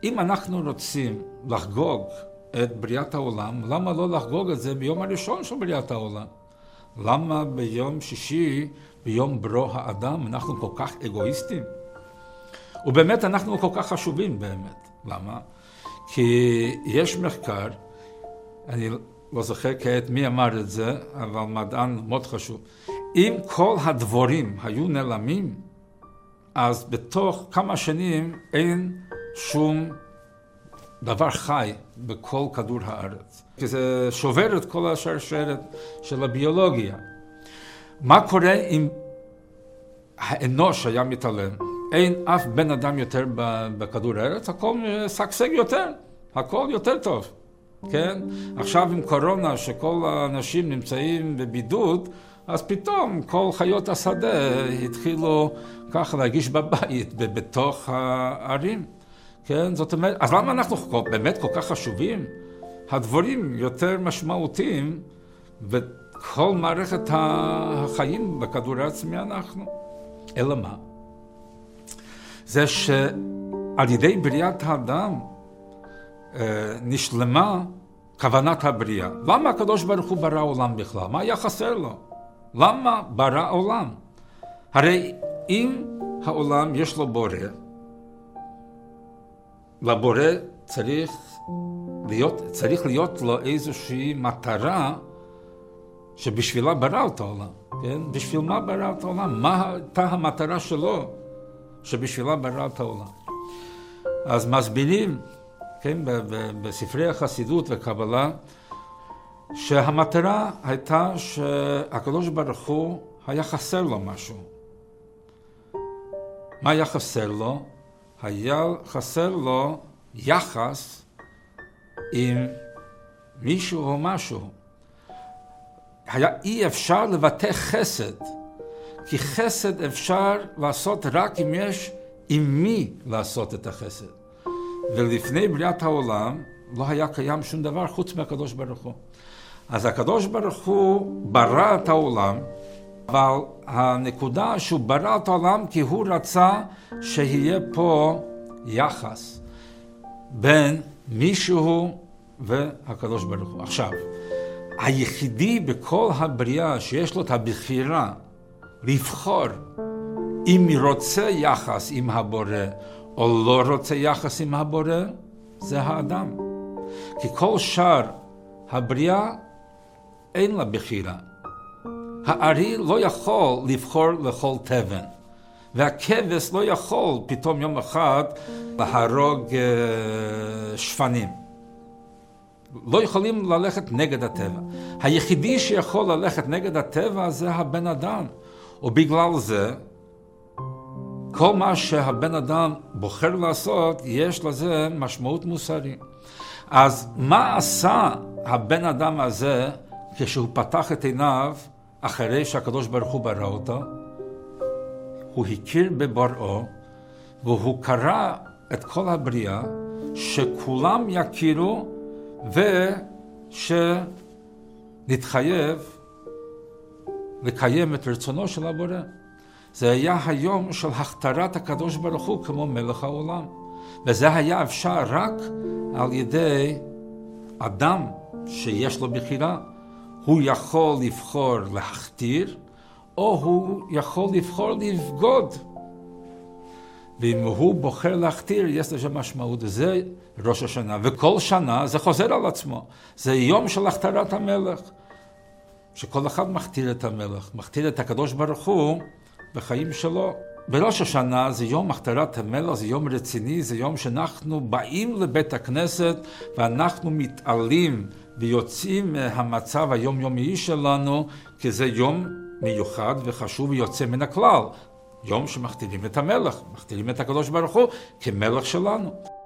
אם אנחנו רוצים לחגוג את בריאת העולם, למה לא לחגוג את זה ביום הראשון של בריאת העולם? למה ביום שישי, ביום ברוא האדם, אנחנו כל כך אגואיסטים? ובאמת אנחנו כל כך חשובים באמת. למה? כי יש מחקר, אני לא זוכר כעת מי אמר את זה, אבל מדען מאוד חשוב. אם כל הדבורים היו נעלמים, אז בתוך כמה שנים אין שום דבר חי בכל כדור הארץ. כי זה שובר את כל השרשרת של הביולוגיה. מה קורה אם האנוש היה מתעלם? אין אף בן אדם יותר בכדור הארץ, הכל משגשג יותר, הכל יותר טוב. כן? עכשיו עם קורונה שכל האנשים נמצאים בבידוד, אז פתאום כל חיות השדה התחילו ככה להגיש בבית בתוך הערים. כן? זאת אומרת, אז למה אנחנו באמת כל כך חשובים? הדברים יותר משמעותיים וכל מערכת החיים בכדור הארץ מאנחנו. אלא מה? זה שעל ידי בריאת האדם נשלמה כוונת הבריאה. למה הקדוש ברוך הוא ברא עולם בכלל? מה היה חסר לו? למה ברא עולם? הרי אם העולם יש לו בורא, לבורא צריך להיות לו איזושהי מטרה שבשבילה ברא את העולם. כן? בשביל מה ברא את העולם? מה הייתה המטרה שלו שבשבילה ברא את העולם? אז מסבירים, כן, בספרי החסידות וקבלה, שהמטרה הייתה שהקדוש ברוך הוא היה חסר לו משהו. מה היה חסר לו? היה חסר לו יחס עם מישהו או משהו. היה אי אפשר לבטא חסד, כי חסד אפשר לעשות רק אם יש עם מי לעשות את החסד. ולפני בריאת העולם לא היה קיים שום דבר חוץ מהקדוש ברוך הוא. אז הקדוש ברוך הוא ברא את העולם, אבל הנקודה שהוא ברא את העולם כי הוא רצה שיהיה פה יחס בין מישהו והקדוש ברוך הוא. עכשיו, היחידי בכל הבריאה שיש לו את הבחירה לבחור אם רוצה יחס עם הבורא או לא רוצה יחס עם הבורא, זה האדם. כי כל שאר הבריאה אין לה בחירה. הארי לא יכול לבחור לכל תבן, והכבש לא יכול פתאום יום אחד להרוג שפנים. לא יכולים ללכת נגד הטבע. היחידי שיכול ללכת נגד הטבע זה הבן אדם. ובגלל זה, כל מה שהבן אדם בוחר לעשות, יש לזה משמעות מוסרית. אז מה עשה הבן אדם הזה כשהוא פתח את עיניו אחרי שהקדוש ברוך הוא ברא אותו? הוא הכיר בבוראו, והוא קרא את כל הבריאה, שכולם יכירו ושנתחייב לקיים את רצונו של הבורא. זה היה היום של הכתרת הקדוש ברוך הוא כמו מלך העולם. וזה היה אפשר רק על ידי אדם שיש לו בחירה. הוא יכול לבחור להכתיר, או הוא יכול לבחור לבגוד. ואם הוא בוחר להכתיר, יש לזה משמעות. זה ראש השנה, וכל שנה זה חוזר על עצמו. זה יום של הכתרת המלך, שכל אחד מכתיר את המלך, מכתיר את הקדוש ברוך הוא בחיים שלו. בראש השנה זה יום הכתרת המלך, זה יום רציני, זה יום שאנחנו באים לבית הכנסת, ואנחנו מתעלים ויוצאים מהמצב היומיומי שלנו, כי זה יום מיוחד וחשוב ויוצא מן הכלל. יום שמכתירים את המלך, מכתירים את הקדוש ברוך הוא כמלך שלנו.